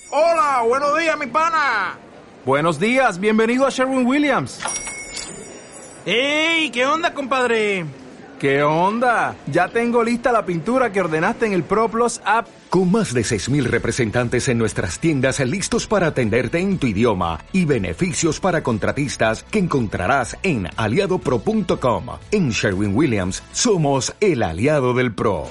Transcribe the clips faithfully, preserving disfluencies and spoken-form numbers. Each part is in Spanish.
Hola, buenos días, mi pana. Buenos días, bienvenido a Sherwin-Williams. ¡Ey! ¿Qué onda, compadre? ¿Qué onda? Ya tengo lista la pintura que ordenaste en el ProPlus app. Con más de seis mil representantes en nuestras tiendas listos para atenderte en tu idioma y beneficios para contratistas que encontrarás en aliado pro punto com. En Sherwin-Williams somos el aliado del pro.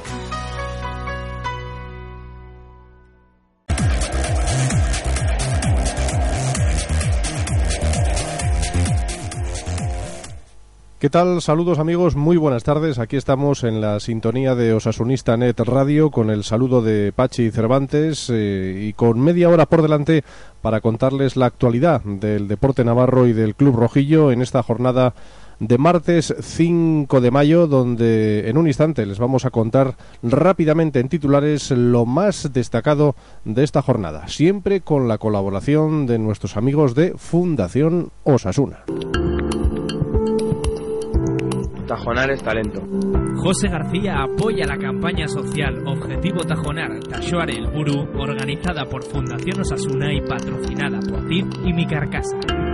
¿Qué tal? Saludos amigos, muy buenas tardes. Aquí estamos en la sintonía de Osasunista Net Radio con el saludo de Pachi Cervantes eh, y con media hora por delante para contarles la actualidad del deporte navarro y del Club Rojillo en esta jornada de martes cinco de mayo, donde en un instante les vamos a contar rápidamente en titulares lo más destacado de esta jornada, siempre con la colaboración de nuestros amigos de Fundación Osasuna. Tajonar es talento. José García apoya la campaña social Objetivo Tajonar Taxoare el Guru, organizada por Fundación Osasuna y patrocinada por T I P y Mi Carcasa.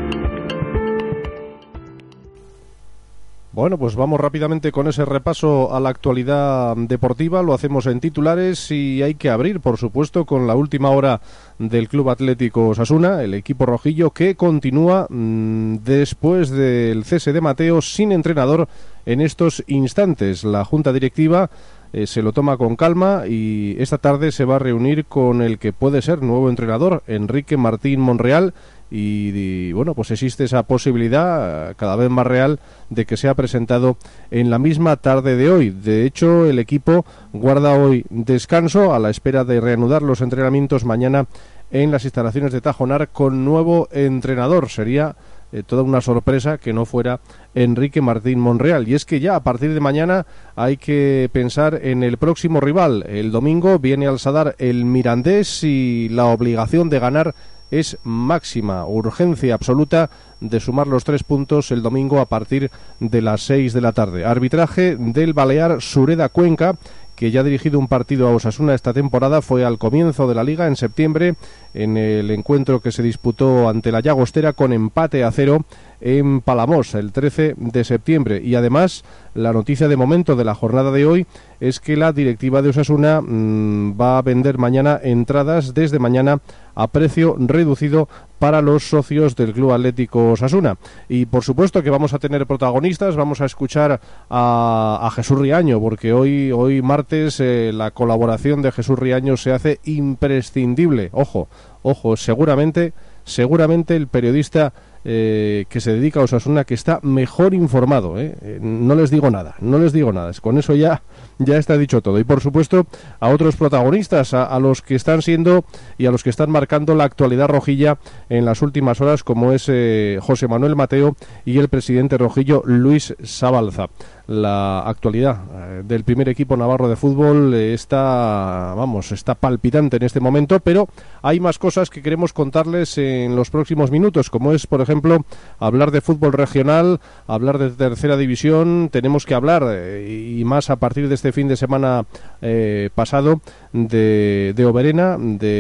Bueno, pues vamos rápidamente con ese repaso a la actualidad deportiva. Lo hacemos en titulares y hay que abrir, por supuesto, con la última hora del Club Atlético Osasuna, el equipo rojillo que continúa mmm, después del cese de Mateo sin entrenador en estos instantes. La junta directiva eh, se lo toma con calma y esta tarde se va a reunir con el que puede ser nuevo entrenador, Enrique Martín Monreal. Y, y bueno, pues existe esa posibilidad cada vez más real de que sea presentado en la misma tarde de hoy. De hecho, el equipo guarda hoy descanso a la espera de reanudar los entrenamientos mañana en las instalaciones de Tajonar con nuevo entrenador. Sería eh, toda una sorpresa que no fuera Enrique Martín Monreal. Y es que ya a partir de mañana hay que pensar en el próximo rival. El domingo viene al Sadar el Mirandés y la obligación de ganar es máxima, urgencia absoluta de sumar los tres puntos el domingo a partir de las seis de la tarde. Arbitraje del Balear Sureda Cuenca, que ya ha dirigido un partido a Osasuna esta temporada, fue al comienzo de la Liga en septiembre, en el encuentro que se disputó ante la Llagostera con empate a cero en Palamós el trece de septiembre. Y además, la noticia de momento de la jornada de hoy es que la directiva de Osasuna mmm, va a vender mañana entradas desde mañana a precio reducido para los socios del Club Atlético Osasuna. Y por supuesto que vamos a tener protagonistas, vamos a escuchar a, a Jesús Riaño, porque hoy, hoy martes eh, la colaboración de Jesús Riaño se hace imprescindible. Ojo, ojo, seguramente, seguramente el periodista Eh, que se dedica a Osasuna que está mejor informado, ¿eh? Eh, no les digo nada, no les digo nada, con eso ya, ya está dicho todo. Y por supuesto a otros protagonistas, a, a los que están siendo y a los que están marcando la actualidad rojilla en las últimas horas, como es eh, José Manuel Mateo y el presidente rojillo Luis Sabalza. La actualidad eh, del primer equipo navarro de fútbol eh, está, vamos, está palpitante en este momento, pero hay más cosas que queremos contarles en los próximos minutos, como es, por ejemplo, hablar de fútbol regional, hablar de tercera división. Tenemos que hablar, eh, y más a partir de este fin de semana eh, pasado, de, de Oberena,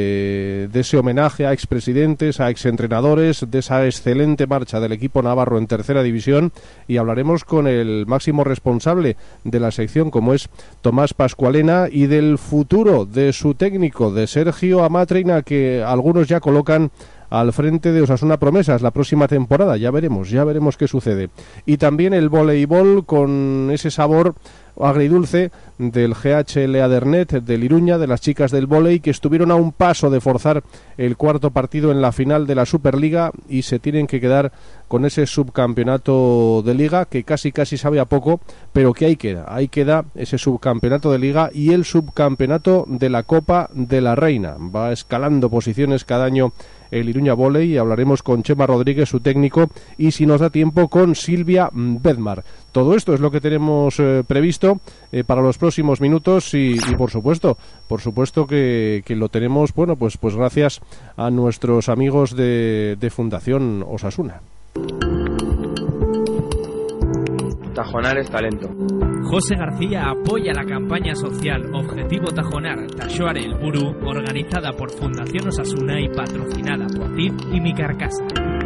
de, de ese homenaje a expresidentes, a exentrenadores, de esa excelente marcha del equipo navarro en tercera división, y hablaremos con el máximo responsable de la sección, como es Tomás Pascualena, y del futuro de su técnico, de Sergio Amatreina, que algunos ya colocan al frente de Osasuna Promesas la próxima temporada. Ya veremos, ya veremos qué sucede. Y también el voleibol, con ese sabor agridulce del G H L Adernet, del Iruña, de las chicas del vóley, que estuvieron a un paso de forzar el cuarto partido en la final de la Superliga y se tienen que quedar con ese subcampeonato de Liga, que casi casi sabe a poco, pero que ahí queda, ahí queda ese subcampeonato de Liga y el subcampeonato de la Copa de la Reina. Va escalando posiciones cada año el Iruña Volley, y hablaremos con Chema Rodríguez, su técnico, y si nos da tiempo con Silvia Bedmar. Todo esto es lo que tenemos eh, previsto eh, para los próximos minutos y, y por supuesto, por supuesto que, que lo tenemos, bueno, pues, pues gracias a nuestros amigos de, de Fundación Osasuna. Tajonar es talento. José García apoya la campaña social Objetivo Tajonar Taxoare el Buru, organizada por Fundación Osasuna y patrocinada por T I P y Mi Carcasa.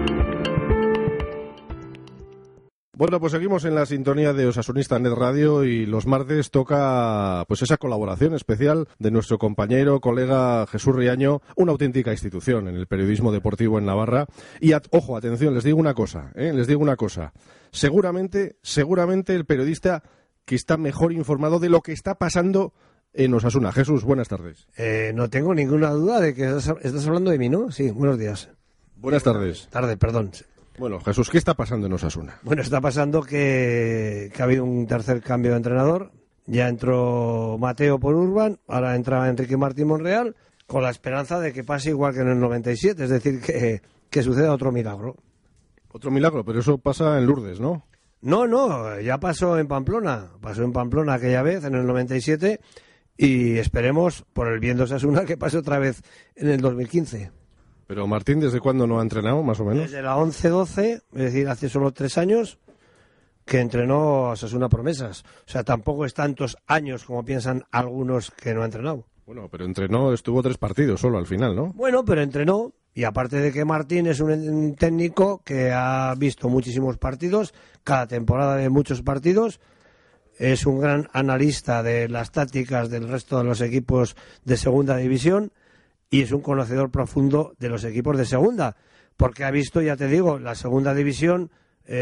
Bueno, pues seguimos en la sintonía de Osasunista Net Radio y los martes toca pues esa colaboración especial de nuestro compañero, colega Jesús Riaño, una auténtica institución en el periodismo deportivo en Navarra. Y, at- ojo, atención, les digo una cosa, ¿eh? les digo una cosa. Seguramente, seguramente el periodista que está mejor informado de lo que está pasando en Osasuna. Jesús, buenas tardes. Eh, no tengo ninguna duda de que estás, estás hablando de mí, ¿no? Sí, buenos días. Buenas tardes. Tarde, perdón. Bueno, Jesús, ¿qué está pasando en Osasuna? Bueno, está pasando que, que ha habido un tercer cambio de entrenador. Ya entró Mateo por Urban, ahora entra Enrique Martín Monreal, con la esperanza de que pase igual que en el noventa y siete, es decir, que, que suceda otro milagro. Otro milagro, pero eso pasa en Lourdes, ¿no? No, no, ya pasó en Pamplona, pasó en Pamplona aquella vez, en el noventa y siete, y esperemos, por el bien de Osasuna, que pase otra vez en el dos mil quince. Pero Martín, ¿desde cuándo no ha entrenado, más o menos? Desde la once doce, es decir, hace solo tres años, que entrenó a Osasuna Promesas. O sea, tampoco es tantos años como piensan algunos que no ha entrenado. Bueno, pero entrenó, estuvo tres partidos solo al final, ¿no? Bueno, pero entrenó, y aparte de que Martín es un, un técnico que ha visto muchísimos partidos, cada temporada de muchos partidos, es un gran analista de las tácticas del resto de los equipos de segunda división, y es un conocedor profundo de los equipos de segunda, porque ha visto, ya te digo, la segunda división,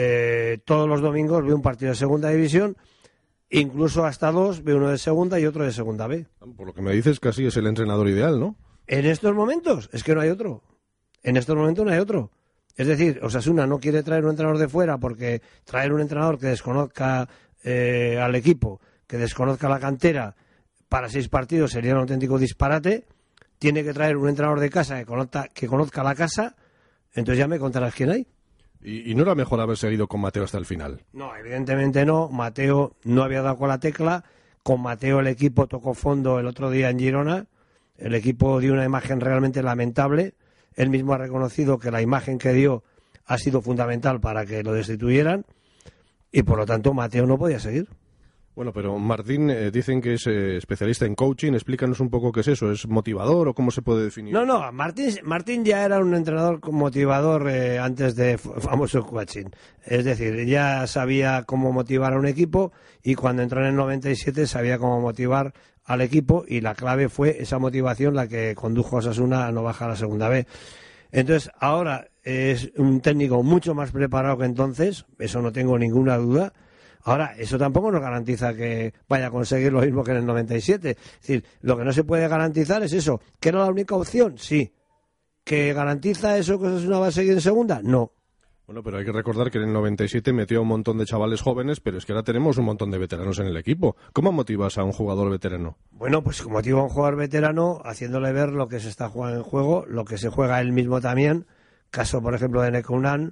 eh, todos los domingos ve un partido de segunda división, incluso hasta dos, ve uno de segunda y otro de segunda B. Por lo que me dices, casi es el entrenador ideal, ¿no? En estos momentos, es que no hay otro. En estos momentos no hay otro. Es decir, Osasuna no quiere traer un entrenador de fuera porque traer un entrenador que desconozca eh, al equipo, que desconozca la cantera, para seis partidos sería un auténtico disparate. Tiene que traer un entrenador de casa que conozca, que conozca la casa, entonces ya me contarás quién hay. ¿Y, ¿Y no era mejor haber seguido con Mateo hasta el final? No, evidentemente no. Mateo no había dado con la tecla. Con Mateo el equipo tocó fondo el otro día en Girona. El equipo dio una imagen realmente lamentable. Él mismo ha reconocido que la imagen que dio ha sido fundamental para que lo destituyeran. Y por lo tanto Mateo no podía seguir. Bueno, pero Martín, eh, dicen que es eh, especialista en coaching. Explícanos un poco qué es eso. ¿Es motivador o cómo se puede definir? No, no, Martín, Martín ya era un entrenador motivador eh, antes de f- famoso coaching. Es decir, ya sabía cómo motivar a un equipo y cuando entró en el noventa y siete sabía cómo motivar al equipo y la clave fue esa motivación la que condujo a Osasuna a no bajar a la segunda B. Entonces, ahora es un técnico mucho más preparado que entonces, eso no tengo ninguna duda. Ahora, eso tampoco nos garantiza que vaya a conseguir lo mismo que en el noventa y siete. Es decir, lo que no se puede garantizar es eso. ¿Que era la única opción? Sí. ¿Que garantiza eso que Osasuna va a seguir en segunda? No. Bueno, pero hay que recordar que en el noventa y siete metió a un montón de chavales jóvenes, pero es que ahora tenemos un montón de veteranos en el equipo. ¿Cómo motivas a un jugador veterano? Bueno, pues motiva a un jugador veterano haciéndole ver lo que se está jugando en juego, lo que se juega él mismo también. Caso, por ejemplo, de Nekounan.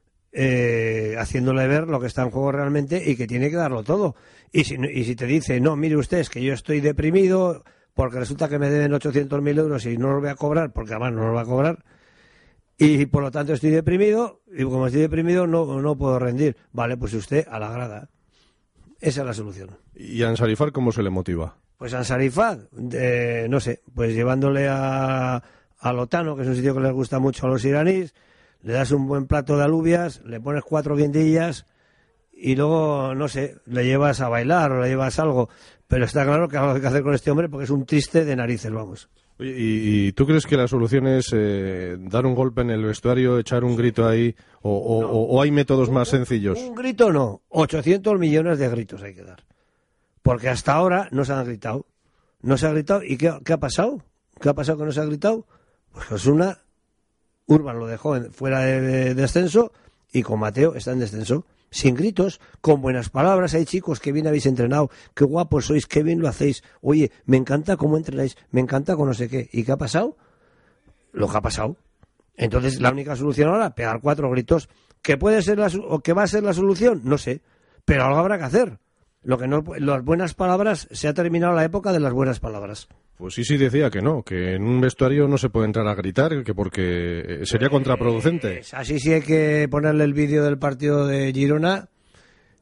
Eh, haciéndole ver lo que está en juego realmente y que tiene que darlo todo. Y si, y si te dice, no, mire usted, es que yo estoy deprimido porque resulta que me deben ochocientos mil euros y no los voy a cobrar, porque además no los va a cobrar, y por lo tanto estoy deprimido, y como estoy deprimido no, no puedo rendir. Vale, pues usted a la grada. Esa es la solución. ¿Y a Ansar Ifar cómo se le motiva? Pues a Ansar Ifar, eh, no sé, pues llevándole a, a Lotano, que es un sitio que les gusta mucho a los iraníes, le das un buen plato de alubias, le pones cuatro guindillas y luego, no sé, le llevas a bailar o le llevas algo. Pero está claro que algo hay que hacer con este hombre porque es un triste de narices, vamos. Oye, ¿y, y tú crees que la solución es eh, dar un golpe en el vestuario, echar un grito ahí, o, o, No. o, o hay métodos más sencillos? Un grito no, ochocientos millones de gritos hay que dar. Porque hasta ahora no se han gritado. No se ha gritado. ¿Y qué, qué ha pasado? ¿Qué ha pasado que no se ha gritado? Pues Osasuna, Urban lo dejó en, fuera de, de descenso y con Mateo está en descenso. Sin gritos, con buenas palabras. Hay chicos que bien habéis entrenado, qué guapos sois, qué bien lo hacéis. Oye, me encanta cómo entrenáis, me encanta con no sé qué. ¿Y qué ha pasado? Lo que ha pasado. Entonces, la única solución ahora, pegar cuatro gritos. ¿Que puede ser la, o que va a ser la solución? No sé. Pero algo habrá que hacer. Lo que no, las buenas palabras, se ha terminado la época de las buenas palabras. Pues sí, sí decía que no, que en un vestuario no se puede entrar a gritar, que porque sería contraproducente. Pues así sí hay que ponerle el vídeo del partido de Girona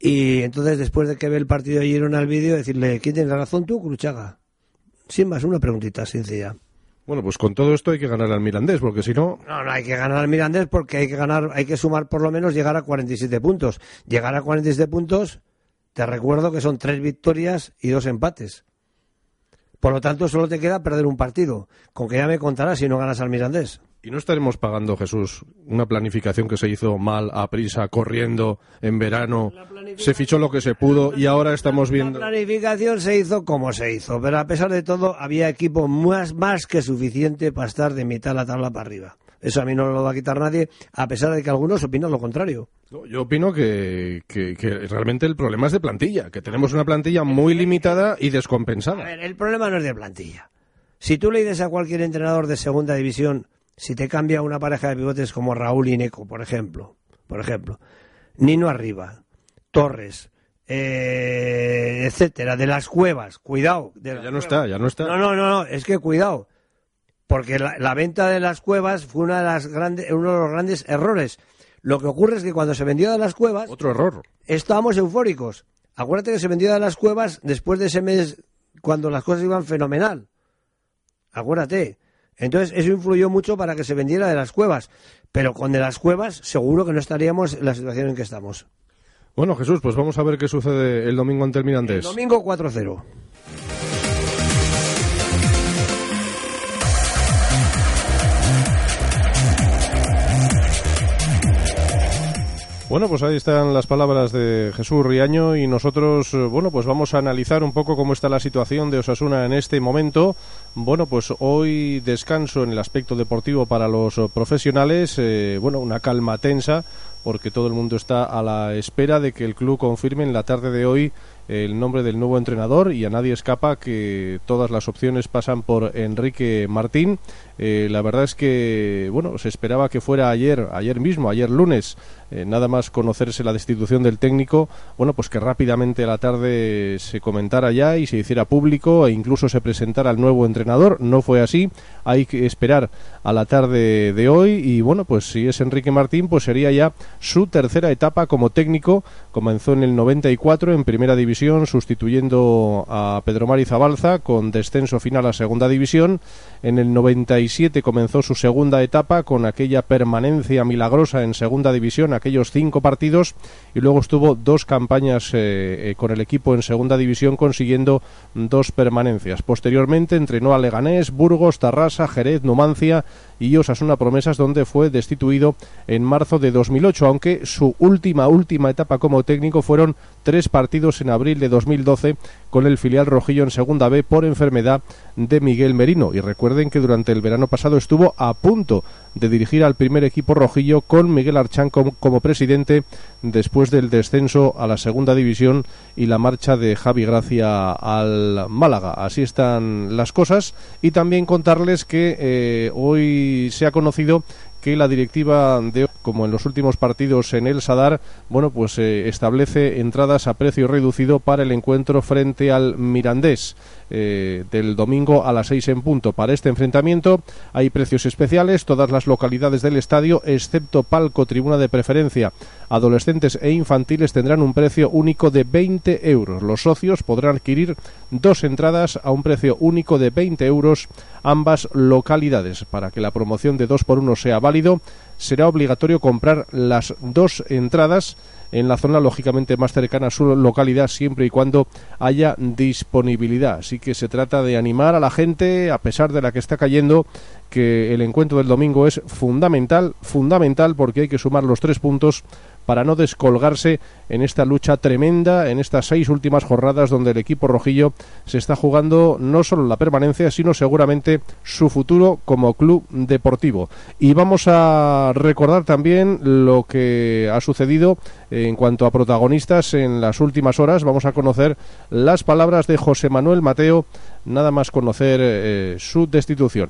Y entonces, después de que ve el partido de Girona el vídeo, decirle, ¿quién tiene la razón, tú, Cruchaga? Sin más, una preguntita sencilla. Bueno, pues con todo esto hay que ganar al Mirandés, porque si no... No, no hay que ganar al Mirandés porque hay que ganar, hay que sumar por lo menos llegar a cuarenta y siete puntos. Llegar a cuarenta y siete puntos, te recuerdo que son tres victorias y dos empates. Por lo tanto, solo te queda perder un partido, con que ya me contarás si no ganas al Mirandés. ¿Y no estaremos pagando, Jesús, una planificación que se hizo mal, a prisa, corriendo, en verano? Se fichó lo que se pudo y ahora estamos viendo... La planificación se hizo como se hizo, pero a pesar de todo había equipo más, más que suficiente para estar de mitad de la tabla para arriba. Eso a mí no lo va a quitar nadie, a pesar de que algunos opinan lo contrario. No, yo opino que, que, que realmente el problema es de plantilla, que tenemos una plantilla muy limitada y descompensada. A ver, el problema no es de plantilla. Si tú le dices a cualquier entrenador de segunda división, si te cambia una pareja de pivotes como Raúl y Neco, por ejemplo, por ejemplo, Nino arriba, Torres, eh, etcétera, de las Cuevas, cuidado. De ya las no Cuevas. está, ya no está. No, no, no, no, es que cuidado, porque la, la venta de las Cuevas fue una de las grandes, uno de los grandes errores. Lo que ocurre es que cuando se vendió de las Cuevas, otro error, estábamos eufóricos. Acuérdate que se vendió de las Cuevas después de ese mes cuando las cosas iban fenomenal. Acuérdate. Entonces eso influyó mucho para que se vendiera de las Cuevas, pero con de las Cuevas seguro que no estaríamos en la situación en que estamos. Bueno, Jesús, pues vamos a ver qué sucede el domingo ante el Mirandés. El domingo cuatro cero. Bueno, pues ahí están las palabras de Jesús Riaño y nosotros, bueno, pues vamos a analizar un poco cómo está la situación de Osasuna en este momento. Bueno, pues hoy descanso en el aspecto deportivo para los profesionales, eh, bueno, una calma tensa porque todo el mundo está a la espera de que el club confirme en la tarde de hoy el nombre del nuevo entrenador y a nadie escapa que todas las opciones pasan por Enrique Martín. Eh, la verdad es que, bueno, se esperaba que fuera ayer, ayer mismo, ayer lunes, eh, nada más conocerse la destitución del técnico, bueno, pues que rápidamente a la tarde se comentara ya y se hiciera público e incluso se presentara el nuevo entrenador. No fue así, hay que esperar a la tarde de hoy y, bueno, pues si es Enrique Martín, pues sería ya su tercera etapa como técnico. Comenzó en el noventa y cuatro en Primera División, sustituyendo a Pedro Mari Zabalza, con descenso final a Segunda División. En el noventa y siete comenzó su segunda etapa con aquella permanencia milagrosa en Segunda División, aquellos cinco partidos, y luego estuvo dos campañas eh, eh, con el equipo en Segunda División consiguiendo dos permanencias. Posteriormente entrenó a Leganés, Burgos, Tarrasa, Jerez, Numancia y Osasuna Promesas, donde fue destituido en marzo de dos mil ocho, aunque su última, última etapa como técnico fueron tres partidos en abril de dos mil doce con el filial rojillo en Segunda B por enfermedad de Miguel Merino. Y recuerden que durante el verano pasado estuvo a punto de dirigir al primer equipo rojillo con Miguel Archán como, como presidente después del descenso a la Segunda División y la marcha de Javi Gracia al Málaga. Así están las cosas y también contarles que eh, hoy se ha conocido que la directiva de, como en los últimos partidos en el Sadar, bueno, pues eh, establece entradas a precio reducido para el encuentro frente al Mirandés eh, del domingo a las seis en punto. Para este enfrentamiento hay precios especiales, todas las localidades del estadio, excepto palco, tribuna de preferencia, adolescentes e infantiles, tendrán un precio único de veinte euros. Los socios podrán adquirir dos entradas a un precio único de veinte euros ambas localidades. Para que la promoción de dos por uno sea válido, será obligatorio comprar las dos entradas en la zona lógicamente más cercana a su localidad, siempre y cuando haya disponibilidad. Así que se trata de animar a la gente, a pesar de la que está cayendo, que el encuentro del domingo es fundamental, fundamental porque hay que sumar los tres puntos para no descolgarse en esta lucha tremenda, en estas seis últimas jornadas donde el equipo rojillo se está jugando no solo la permanencia, sino seguramente su futuro como club deportivo. Y vamos a recordar también lo que ha sucedido en cuanto a protagonistas en las últimas horas. Vamos a conocer las palabras de José Manuel Mateo, nada más conocer eh, su destitución.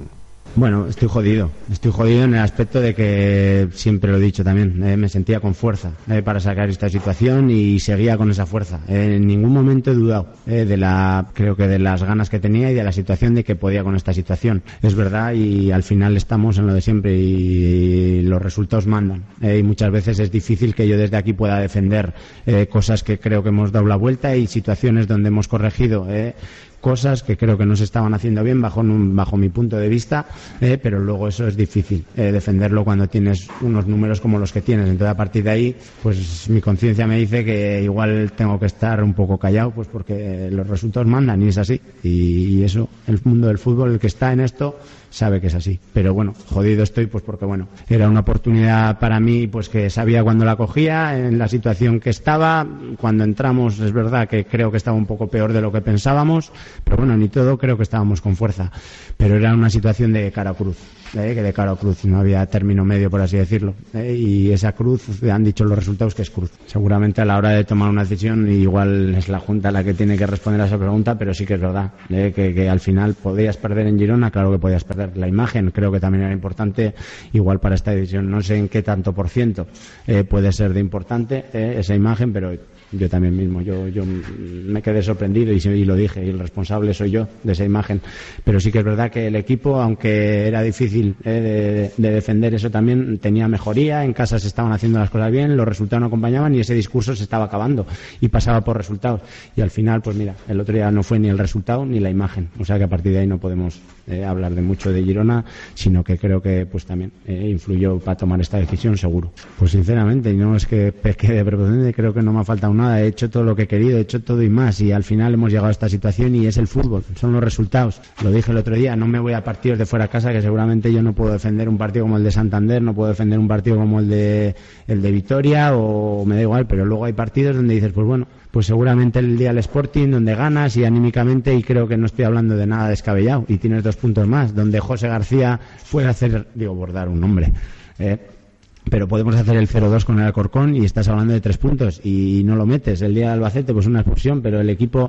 Bueno, estoy jodido, estoy jodido en el aspecto de que, siempre lo he dicho también, eh, me sentía con fuerza eh, para sacar esta situación y seguía con esa fuerza. Eh, en ningún momento he dudado eh, de la, creo que de las ganas que tenía y de la situación de que podía con esta situación. Es verdad, y al final estamos en lo de siempre y, y los resultados mandan. Eh, y muchas veces es difícil que yo desde aquí pueda defender eh, cosas que creo que hemos dado la vuelta y situaciones donde hemos corregido eh, cosas que creo que no se estaban haciendo bien bajo, bajo mi punto de vista, eh, pero luego eso es difícil eh, defenderlo cuando tienes unos números como los que tienes. Entonces, a partir de ahí, pues mi conciencia me dice que igual tengo que estar un poco callado, pues porque los resultados mandan y es así. Y, y eso, el mundo del fútbol, el que está en esto, sabe que es así. Pero bueno, jodido estoy pues porque bueno, era una oportunidad para mí pues que sabía cuando la cogía, en la situación que estaba. Cuando entramos es verdad que creo que estaba un poco peor de lo que pensábamos, pero bueno, ni todo, creo que estábamos con fuerza. Pero era una situación de cara a cruz, ¿eh? que de cara a cruz, no había término medio, por así decirlo. ¿eh? Y esa cruz, han dicho los resultados que es cruz. Seguramente a la hora de tomar una decisión, igual es la Junta la que tiene que responder a esa pregunta, pero sí que es verdad ¿eh? que, que al final podías perder en Girona, claro que podías perder. La imagen creo que también era importante, igual para esta división. No sé en qué tanto por ciento eh, puede ser de importante eh, esa imagen, pero yo también mismo, yo, yo me quedé sorprendido y, y lo dije, y el responsable soy yo de esa imagen. Pero sí que es verdad que el equipo, aunque era difícil eh, de, de defender eso también, tenía mejoría, en casa se estaban haciendo las cosas bien, los resultados no acompañaban y ese discurso se estaba acabando y pasaba por resultados. Y al final, pues mira, el otro día no fue ni el resultado ni la imagen. O sea que a partir de ahí no podemos eh, hablar de mucho de Girona, sino que creo que pues también eh, influyó para tomar esta decisión, seguro. Pues sinceramente, y no es que peque de prepotente, creo que no me ha faltado nada, he hecho todo lo que he querido, he hecho todo y más, y al final hemos llegado a esta situación y es el fútbol, son los resultados. Lo dije el otro día, no me voy a partidos de fuera a casa, que seguramente yo no puedo defender un partido como el de Santander, no puedo defender un partido como el de el de Vitoria, o me da igual, pero luego hay partidos donde dices, pues bueno, pues seguramente el día del Sporting, donde ganas y anímicamente, y creo que no estoy hablando de nada descabellado, y tienes dos puntos más, donde José García puede hacer, digo, bordar un nombre, eh, pero podemos hacer el cero dos con el Alcorcón y estás hablando de tres puntos y no lo metes. El día del Albacete, pues una expulsión, pero el equipo,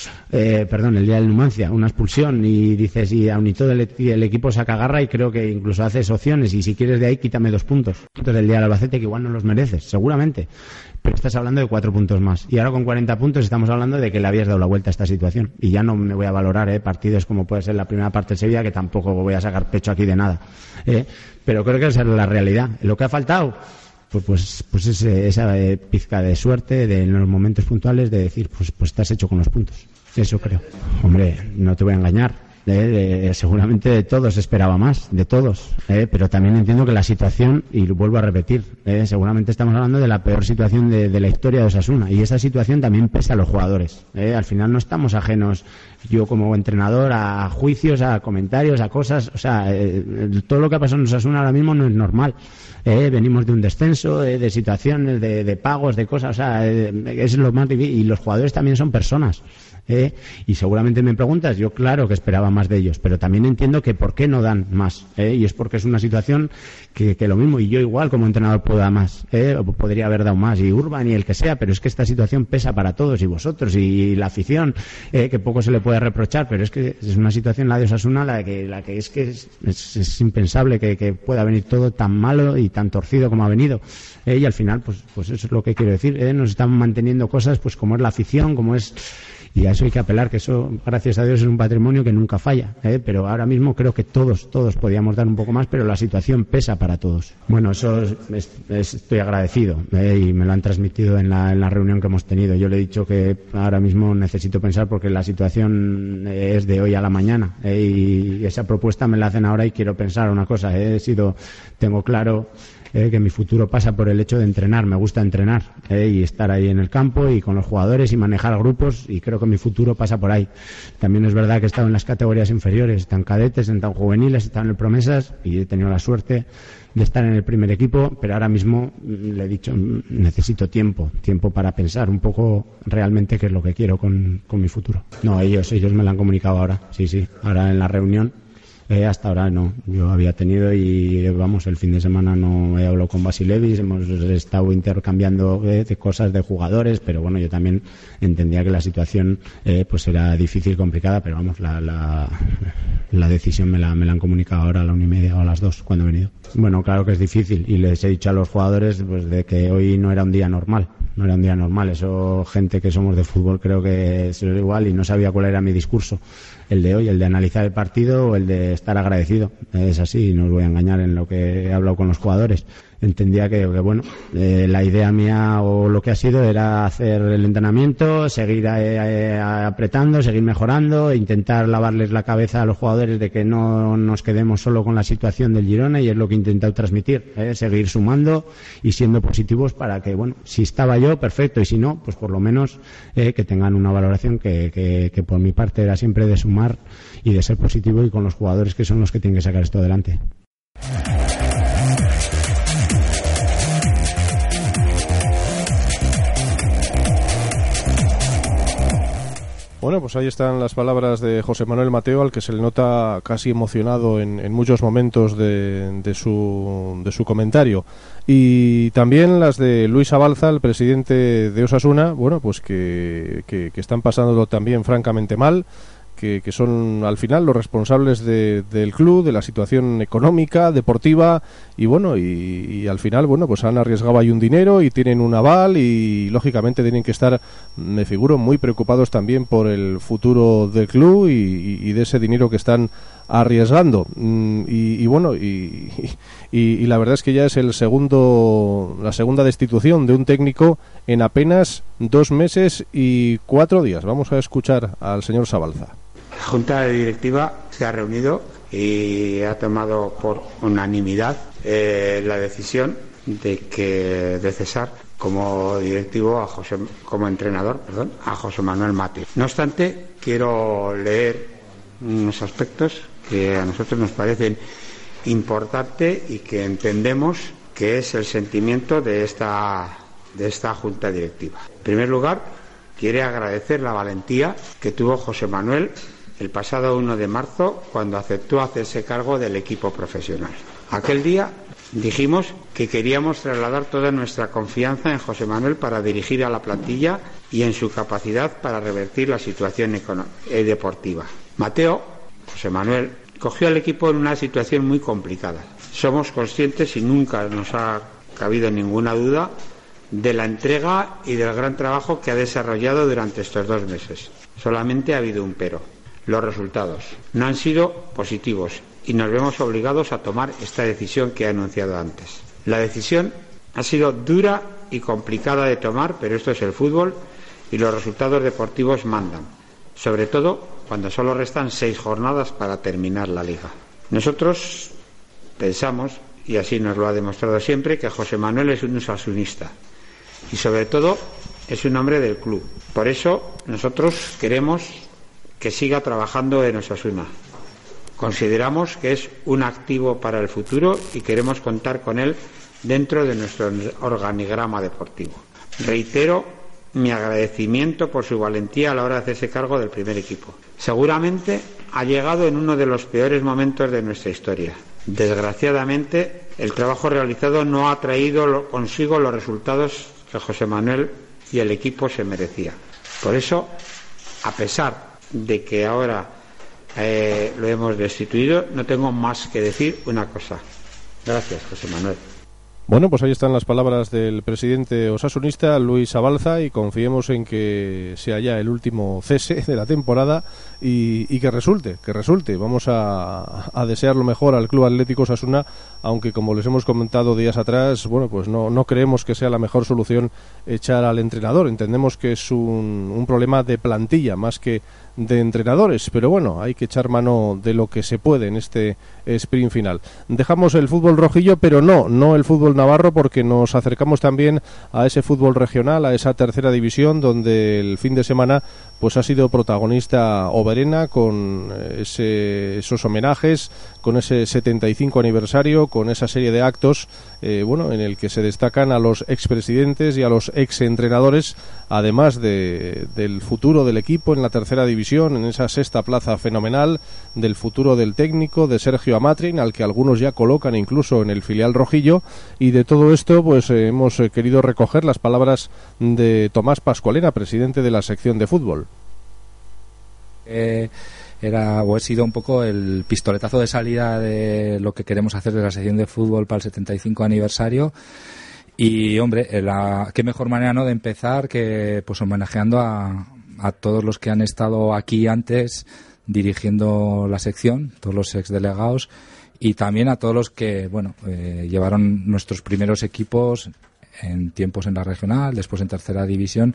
eh, perdón, el día del Numancia, una expulsión, y dices, y aun y todo el, el equipo saca garra y creo que incluso haces opciones, y si quieres de ahí, quítame dos puntos. Puntos del día del Albacete que igual no los mereces, seguramente, pero estás hablando de cuatro puntos más. Y ahora con cuarenta puntos estamos hablando de que le habías dado la vuelta a esta situación. Y ya no me voy a valorar eh, partidos como puede ser la primera parte de Sevilla, que tampoco voy a sacar pecho aquí de nada. Eh, pero creo que esa es la realidad. Lo que ha faltado, pues pues, pues ese, esa eh, pizca de suerte de, en los momentos puntuales de decir, pues, pues estás hecho con los puntos. Eso creo. Hombre, no te voy a engañar. Eh, de, seguramente de todos esperaba más, de todos, eh, pero también entiendo que la situación, y lo vuelvo a repetir, eh, seguramente estamos hablando de la peor situación de, de la historia de Osasuna, y esa situación también pesa a los jugadores. Eh, al final no estamos ajenos, yo como entrenador, a juicios, a comentarios, a cosas, o sea, eh, todo lo que ha pasado en Osasuna ahora mismo no es normal. Eh, venimos de un descenso, eh, de situaciones, de, de pagos, de cosas, o sea, eh, es lo más difícil, y los jugadores también son personas. Eh, y seguramente me preguntas, yo claro que esperaba más de ellos, pero también entiendo que por qué no dan más, eh, y es porque es una situación que, que lo mismo, y yo igual como entrenador puedo dar más, eh, o podría haber dado más, y Urban y el que sea, pero es que esta situación pesa para todos, y vosotros, y la afición, eh, que poco se le puede reprochar, pero es que es una situación, la de Osasuna, la que, la que es que es, es, es impensable que, que pueda venir todo tan malo y tan torcido como ha venido, eh, y al final, pues, pues eso es lo que quiero decir, eh, nos están manteniendo cosas, pues como es la afición, como es. Y a eso hay que apelar, que eso, gracias a Dios, es un patrimonio que nunca falla, ¿eh? Pero ahora mismo creo que todos, todos podíamos dar un poco más, pero la situación pesa para todos. Bueno, eso es, es, es, estoy agradecido, ¿eh? Y me lo han transmitido en la, en la reunión que hemos tenido. Yo le he dicho que ahora mismo necesito pensar porque la situación es de hoy a la mañana, ¿eh? Y esa propuesta me la hacen ahora y quiero pensar una cosa, ¿eh? He sido, tengo claro Eh, que mi futuro pasa por el hecho de entrenar, me gusta entrenar eh, y estar ahí en el campo y con los jugadores y manejar grupos, y creo que mi futuro pasa por ahí. También es verdad que he estado en las categorías inferiores, he estado en cadetes, he estado en juveniles, he estado en el promesas y he tenido la suerte de estar en el primer equipo, pero ahora mismo le he dicho, necesito tiempo, tiempo para pensar un poco realmente qué es lo que quiero con, con mi futuro. No, ellos, ellos me lo han comunicado ahora, sí, sí, ahora en la reunión. Eh, hasta ahora no, yo había tenido y vamos, el fin de semana no he hablado con Vasilevich, hemos estado intercambiando eh, de cosas de jugadores, pero bueno, yo también entendía que la situación eh, pues era difícil, complicada, pero vamos, la, la, la decisión me la, me la han comunicado ahora a la una y media o a las dos cuando he venido. Bueno, claro que es difícil y les he dicho a los jugadores pues de que hoy no era un día normal, no era un día normal, eso gente que somos de fútbol creo que es igual y no sabía cuál era mi discurso. El de hoy, el de analizar el partido o el de estar agradecido. Es así, no os voy a engañar en lo que he hablado con los jugadores. Entendía que, que bueno, eh, la idea mía o lo que ha sido era hacer el entrenamiento, seguir eh, eh, apretando, seguir mejorando, e intentar lavarles la cabeza a los jugadores de que no nos quedemos solo con la situación del Girona, y es lo que he intentado transmitir, eh, seguir sumando y siendo positivos para que, bueno, si estaba yo, perfecto, y si no, pues por lo menos eh, que tengan una valoración que, que, que por mi parte era siempre de sumar y de ser positivo, y con los jugadores que son los que tienen que sacar esto adelante. Bueno, pues ahí están las palabras de José Manuel Mateo, al que se le nota casi emocionado en, en muchos momentos de, de, su, de su comentario. Y también las de Luis Abalza, el presidente de Osasuna, bueno, pues que, que, que están pasándolo también francamente mal. Que, que son al final los responsables de, del club, de la situación económica, deportiva, y bueno, y, y al final, bueno, pues han arriesgado ahí un dinero y tienen un aval, y lógicamente tienen que estar, me figuro, muy preocupados también por el futuro del club y, y, y de ese dinero que están arriesgando. Y, y bueno, y, y, y la verdad es que ya es el segundo, la segunda destitución de un técnico en apenas dos meses y cuatro días. Vamos a escuchar al señor Sabalza. La Junta de Directiva se ha reunido y ha tomado por unanimidad eh, la decisión de que de cesar como directivo a José, como entrenador, perdón, a José Manuel Mateo. No obstante, quiero leer unos aspectos que a nosotros nos parecen importantes y que entendemos que es el sentimiento de esta de esta Junta Directiva. En primer lugar, quiere agradecer la valentía que tuvo José Manuel el pasado uno de marzo, cuando aceptó hacerse cargo del equipo profesional. Aquel día dijimos que queríamos trasladar toda nuestra confianza en José Manuel para dirigir a la plantilla y en su capacidad para revertir la situación deportiva. Mateo, José Manuel, cogió al equipo en una situación muy complicada. Somos conscientes y nunca nos ha cabido ninguna duda de la entrega y del gran trabajo que ha desarrollado durante estos dos meses. Solamente ha habido un pero. Los resultados no han sido positivos y nos vemos obligados a tomar esta decisión que he anunciado antes. La decisión ha sido dura y complicada de tomar, pero esto es el fútbol y los resultados deportivos mandan, sobre todo cuando solo restan seis jornadas para terminar la liga. Nosotros pensamos, y así nos lo ha demostrado siempre, que José Manuel es un osasunista y sobre todo es un hombre del club. Por eso nosotros queremos que siga trabajando en Osasuna. Consideramos que es un activo para el futuro y queremos contar con él dentro de nuestro organigrama deportivo. Reitero mi agradecimiento por su valentía a la hora de hacerse cargo del primer equipo. Seguramente ha llegado en uno de los peores momentos de nuestra historia. Desgraciadamente, el trabajo realizado no ha traído consigo los resultados que José Manuel y el equipo se merecían. Por eso, a pesar de que ahora eh, lo hemos destituido, no tengo más que decir una cosa. Gracias, José Manuel. Bueno, pues ahí están las palabras del presidente osasunista, Luis Abalza, y confiemos en que sea ya el último cese de la temporada y, y que resulte, que resulte. Vamos a, a desear lo mejor al Club Atlético Osasuna, aunque como les hemos comentado días atrás, bueno, pues no, no creemos que sea la mejor solución echar al entrenador. Entendemos que es un, un problema de plantilla más que de entrenadores, pero bueno, hay que echar mano de lo que se puede en este sprint final. Dejamos el fútbol rojillo, pero no, no el fútbol navarro, porque nos acercamos también a ese fútbol regional, a esa tercera división, donde el fin de semana pues ha sido protagonista Oberena con ese, esos homenajes, con ese setenta y cinco aniversario, con esa serie de actos, eh, bueno, en el que se destacan a los expresidentes y a los exentrenadores, además de, del futuro del equipo en la tercera división, en esa sexta plaza fenomenal, del futuro del técnico, de Sergio Amatrin, al que algunos ya colocan incluso en el filial rojillo, y de todo esto pues eh, hemos eh, querido recoger las palabras de Tomás Pascualena, presidente de la sección de fútbol. Eh, era o he sido un poco el pistoletazo de salida de lo que queremos hacer de la sección de fútbol para el setenta y cinco aniversario. Y hombre, la, qué mejor manera, ¿no?, de empezar que pues homenajeando a, a todos los que han estado aquí antes dirigiendo la sección, todos los exdelegados, y también a todos los que bueno eh, llevaron nuestros primeros equipos en tiempos en la regional, después en tercera división,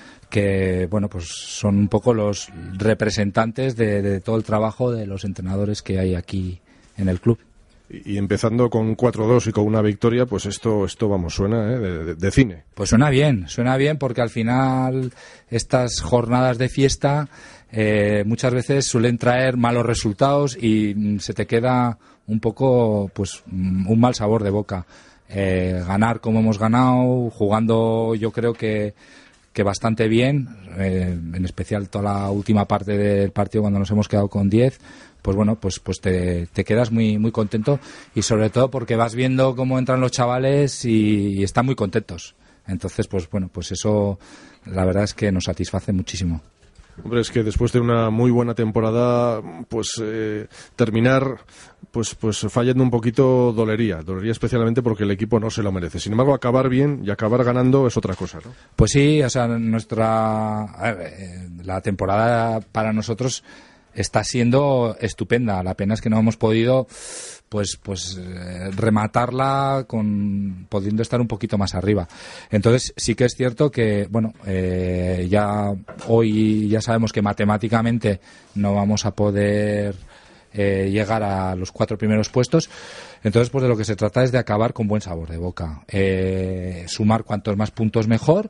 que bueno pues son un poco los representantes de, de todo el trabajo de los entrenadores que hay aquí en el club. Y empezando con cuatro dos y con una victoria, pues esto, esto vamos, suena ¿eh? de, de, de cine. Pues suena bien, suena bien porque al final estas jornadas de fiesta eh, muchas veces suelen traer malos resultados y se te queda un poco pues un mal sabor de boca. Eh, ganar como hemos ganado, jugando yo creo que, que bastante bien, eh, en especial toda la última parte del partido cuando nos hemos quedado con diez. Pues bueno, pues pues te, te quedas muy muy contento y sobre todo porque vas viendo cómo entran los chavales y, y están muy contentos. Entonces, pues bueno, pues eso la verdad es que nos satisface muchísimo. Hombre, es que después de una muy buena temporada, pues eh, terminar pues pues fallando un poquito dolería, dolería especialmente porque el equipo no se lo merece. Sin embargo, acabar bien y acabar ganando es otra cosa, ¿no? Pues sí, o sea, nuestra eh, la temporada para nosotros está siendo estupenda. La pena es que no hemos podido pues pues eh, rematarla con pudiendo estar un poquito más arriba. Entonces sí que es cierto que bueno eh, ya hoy ya sabemos que matemáticamente no vamos a poder eh, llegar a los cuatro primeros puestos. Entonces pues de lo que se trata es de acabar con buen sabor de boca, eh, sumar cuantos más puntos mejor.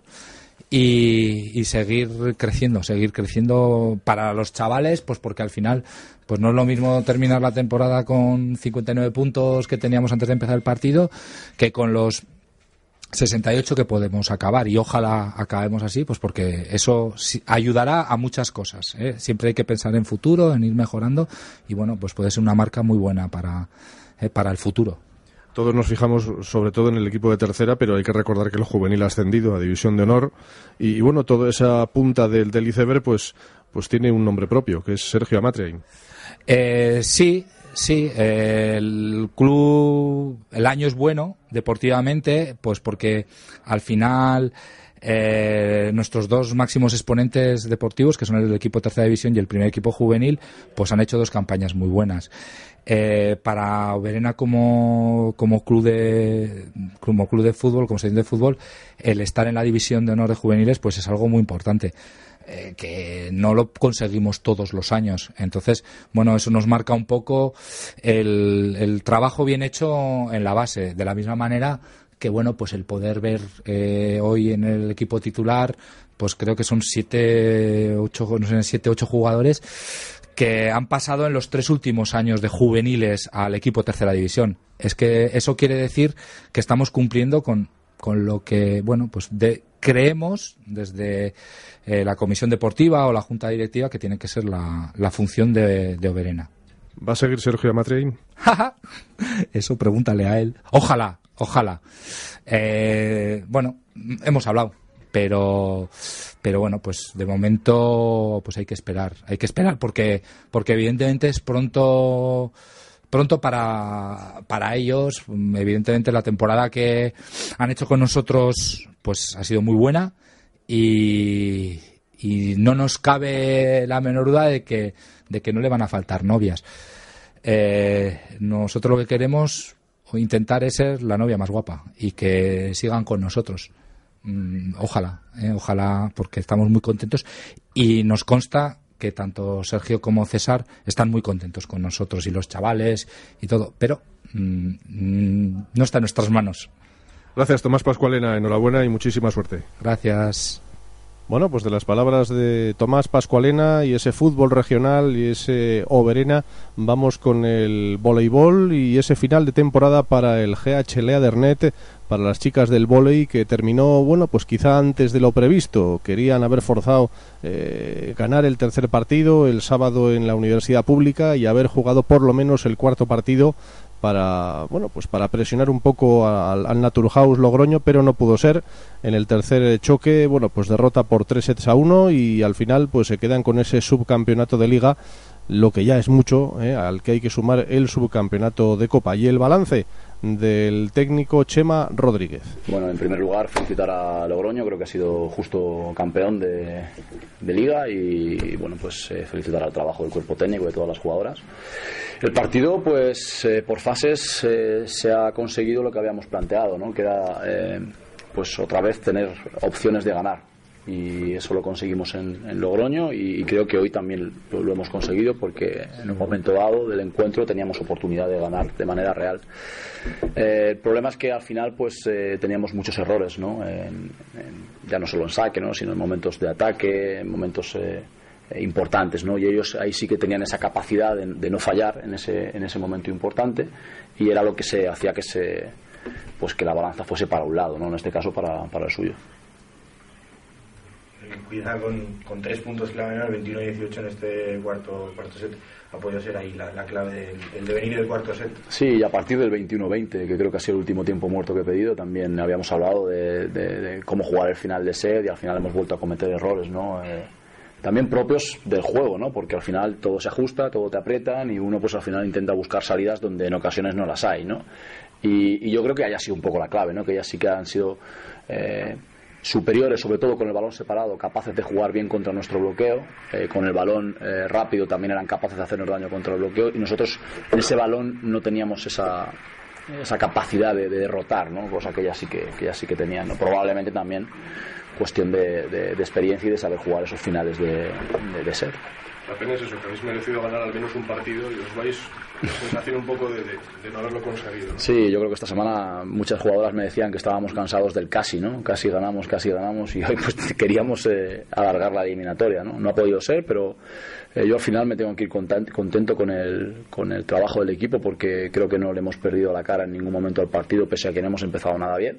Y, y seguir creciendo, seguir creciendo para los chavales, pues porque al final pues no es lo mismo terminar la temporada con cincuenta y nueve puntos que teníamos antes de empezar el partido que con los sesenta y ocho que podemos acabar, y ojalá acabemos así, pues porque eso ayudará a muchas cosas, ¿eh? Siempre hay que pensar en futuro, en ir mejorando, y bueno, pues puede ser una marca muy buena para, eh, para el futuro. Todos nos fijamos sobre todo en el equipo de tercera, pero hay que recordar que el juvenil ha ascendido a División de Honor y, y bueno, toda esa punta del, del iceberg pues, pues tiene un nombre propio, que es Sergio Amatrin. Eh, sí, sí, eh, el club, el año es bueno deportivamente, pues porque al final eh, nuestros dos máximos exponentes deportivos, que son el equipo de tercera división y el primer equipo juvenil, pues han hecho dos campañas muy buenas. Eh, para Oberena como, como club de como club de fútbol, como sección de fútbol, el estar en la división de honor de juveniles pues es algo muy importante, eh, que no lo conseguimos todos los años. Entonces, bueno, eso nos marca un poco el, el trabajo bien hecho en la base, de la misma manera que bueno, pues el poder ver eh, hoy en el equipo titular, pues creo que son siete, ocho, no sé, siete, ocho jugadores que han pasado en los tres últimos años de juveniles al equipo tercera división. Es que eso quiere decir que estamos cumpliendo con, con lo que, bueno, pues de, creemos desde eh, la comisión deportiva o la junta directiva que tiene que ser la, la función de, de Oberena. ¿Va a seguir Sergio Amatrin? Eso pregúntale a él. Ojalá, ojalá. Eh, bueno, hemos hablado. Pero, pero bueno, pues de momento pues hay que esperar, hay que esperar porque, porque evidentemente es pronto, pronto para, para ellos. Evidentemente la temporada que han hecho con nosotros pues ha sido muy buena y, y no nos cabe la menor duda de que, de que no le van a faltar novias. Eh, nosotros lo que queremos o intentar es ser la novia más guapa y que sigan con nosotros. Ojalá, eh, ojalá, porque estamos muy contentos y nos consta que tanto Sergio como César están muy contentos con nosotros y los chavales y todo, pero mmm, no está en nuestras manos. Gracias, Tomás Pascualena, enhorabuena y muchísima suerte. Gracias. Bueno, pues de las palabras de Tomás Pascualena y ese fútbol regional y ese Oberena, vamos con el voleibol y ese final de temporada para el G H Leadernet, para las chicas del vóley, que terminó, bueno, pues quizá antes de lo previsto. Querían haber forzado eh, ganar el tercer partido el sábado en la Universidad Pública y haber jugado por lo menos el cuarto partido para, bueno, pues para presionar un poco al, al Naturhaus Logroño, pero no pudo ser. En el tercer choque, bueno, pues derrota por tres sets a uno y al final pues se quedan con ese subcampeonato de liga, lo que ya es mucho, eh, al que hay que sumar el subcampeonato de Copa. Y el balance del técnico Chema Rodríguez. Bueno, en primer lugar felicitar a Logroño, creo que ha sido justo campeón de, de liga y, y bueno, pues eh, felicitar al trabajo del cuerpo técnico de todas las jugadoras. El partido, pues eh, por fases eh, se ha conseguido lo que habíamos planteado, ¿no? Que era eh, pues otra vez tener opciones de ganar. Y eso lo conseguimos en, en Logroño y, y creo que hoy también lo, lo hemos conseguido, porque en un momento dado del encuentro teníamos oportunidad de ganar de manera real. Eh, el problema es que al final pues eh, teníamos muchos errores, ¿no? En, en, ya no solo en saque, ¿no? Sino en momentos de ataque, en momentos eh, importantes, ¿no? Y ellos ahí sí que tenían esa capacidad de, de no fallar en ese, en ese momento importante, y era lo que se hacía que se pues que la balanza fuese para un lado, ¿no? En este caso para, para el suyo. Cuidado con, con tres puntos clave, ¿no? El veintiuno dieciocho en este cuarto, cuarto set ha podido ser ahí la, la clave del el devenir del cuarto set. Sí, y a partir del veintiuno veinte, que creo que ha sido el último tiempo muerto que he pedido, también habíamos hablado de, de, de cómo jugar el final de set y al final hemos vuelto a cometer errores, ¿no? Eh, también propios del juego, ¿no? Porque al final todo se ajusta, todo te aprietan y uno pues al final intenta buscar salidas donde en ocasiones no las hay, ¿no? Y, y yo creo que haya sido un poco la clave, ¿no? Que ellas sí que han sido eh, superiores, sobre todo con el balón separado, capaces de jugar bien contra nuestro bloqueo, eh, con el balón eh, rápido también eran capaces de hacernos daño contra el bloqueo, y nosotros en ese balón no teníamos esa esa capacidad de, de derrotar, ¿no? Cosa que ellas sí que, que ellas sí que tenían, ¿no? Probablemente también cuestión de, de, de experiencia y de saber jugar esos finales de, de, de set. La pena es eso, que habéis merecido ganar al menos un partido y os vais la sensación un poco de, de, de no haberlo conseguido, ¿no? Sí, yo creo que esta semana muchas jugadoras me decían que estábamos cansados del casi, ¿no? Casi ganamos, casi ganamos, y hoy pues queríamos eh, alargar la eliminatoria, ¿no? No ha podido ser, pero eh, yo al final me tengo que ir content, contento con el, con el trabajo del equipo, porque creo que no le hemos perdido la cara en ningún momento al partido, pese a que no hemos empezado nada bien.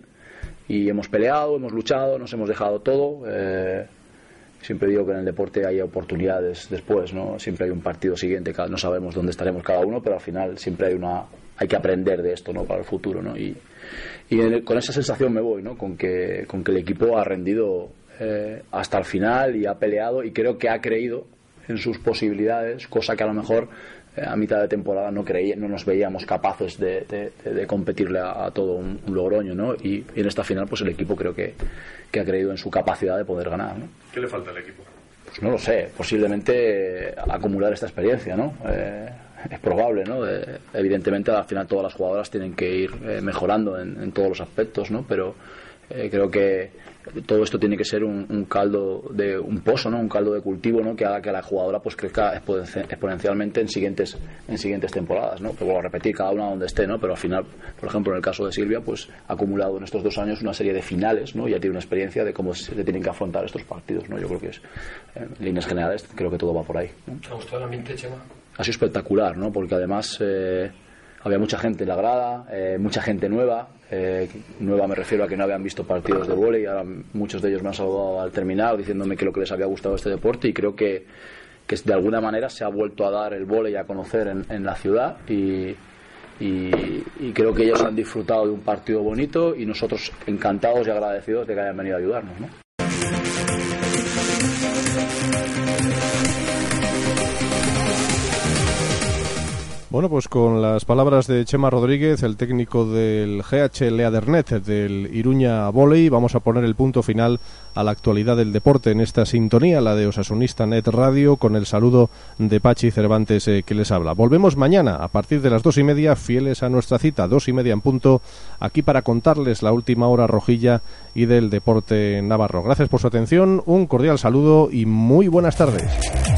Y hemos peleado, hemos luchado, nos hemos dejado todo. Eh, siempre digo que en el deporte hay oportunidades después, ¿no? Siempre hay un partido siguiente, no sabemos dónde estaremos cada uno, pero al final siempre hay una hay que aprender de esto, ¿no? Para el futuro, ¿no? Y, y el, con esa sensación me voy, ¿no? Con que, con que el equipo ha rendido eh, hasta el final y ha peleado, y creo que ha creído en sus posibilidades, cosa que a lo mejor a mitad de temporada no creía, no nos veíamos capaces de, de, de, de competirle a, a todo un, un Logroño, ¿no? Y, y en esta final pues el equipo creo que, que ha creído en su capacidad de poder ganar, ¿no? ¿Qué le falta al equipo? Pues no lo sé, posiblemente acumular esta experiencia, ¿no? Eh, es probable, ¿no? Eh, evidentemente al final todas las jugadoras tienen que ir eh, mejorando en, en todos los aspectos, ¿no? Pero eh, creo que todo esto tiene que ser un, un caldo de un pozo, ¿no? Un caldo de cultivo, ¿no? Que haga que la jugadora pues crezca exponencialmente en siguientes en siguientes temporadas, ¿no? Pero vuelvo a repetir, cada una donde esté, ¿no? Pero al final, por ejemplo, en el caso de Silvia, pues ha acumulado en estos dos años una serie de finales, ¿no? Ya tiene una experiencia de cómo se tienen que afrontar estos partidos, ¿no? Yo creo que es, en líneas generales, creo que todo va por ahí, ¿no? ¿Te ha gustado el ambiente, Chema? Ha sido espectacular, ¿no? Porque además eh, había mucha gente en la grada, eh, mucha gente nueva. Eh, nueva me refiero a que no habían visto partidos de vóley. Ahora muchos de ellos me han saludado al terminar diciéndome que lo que les había gustado este deporte, y creo que, que de alguna manera se ha vuelto a dar el vóley a conocer en, en la ciudad, y, y, y creo que ellos han disfrutado de un partido bonito y nosotros encantados y agradecidos de que hayan venido a ayudarnos, ¿no? Bueno, pues con las palabras de Chema Rodríguez, el técnico del G H Leadernet, del Iruña Volley, vamos a poner el punto final a la actualidad del deporte en esta sintonía, la de Osasunista Net Radio, con el saludo de Pachi Cervantes eh, que les habla. Volvemos mañana a partir de las dos y media, fieles a nuestra cita, dos y media en punto, aquí para contarles la última hora rojilla y del deporte navarro. Gracias por su atención, un cordial saludo y muy buenas tardes.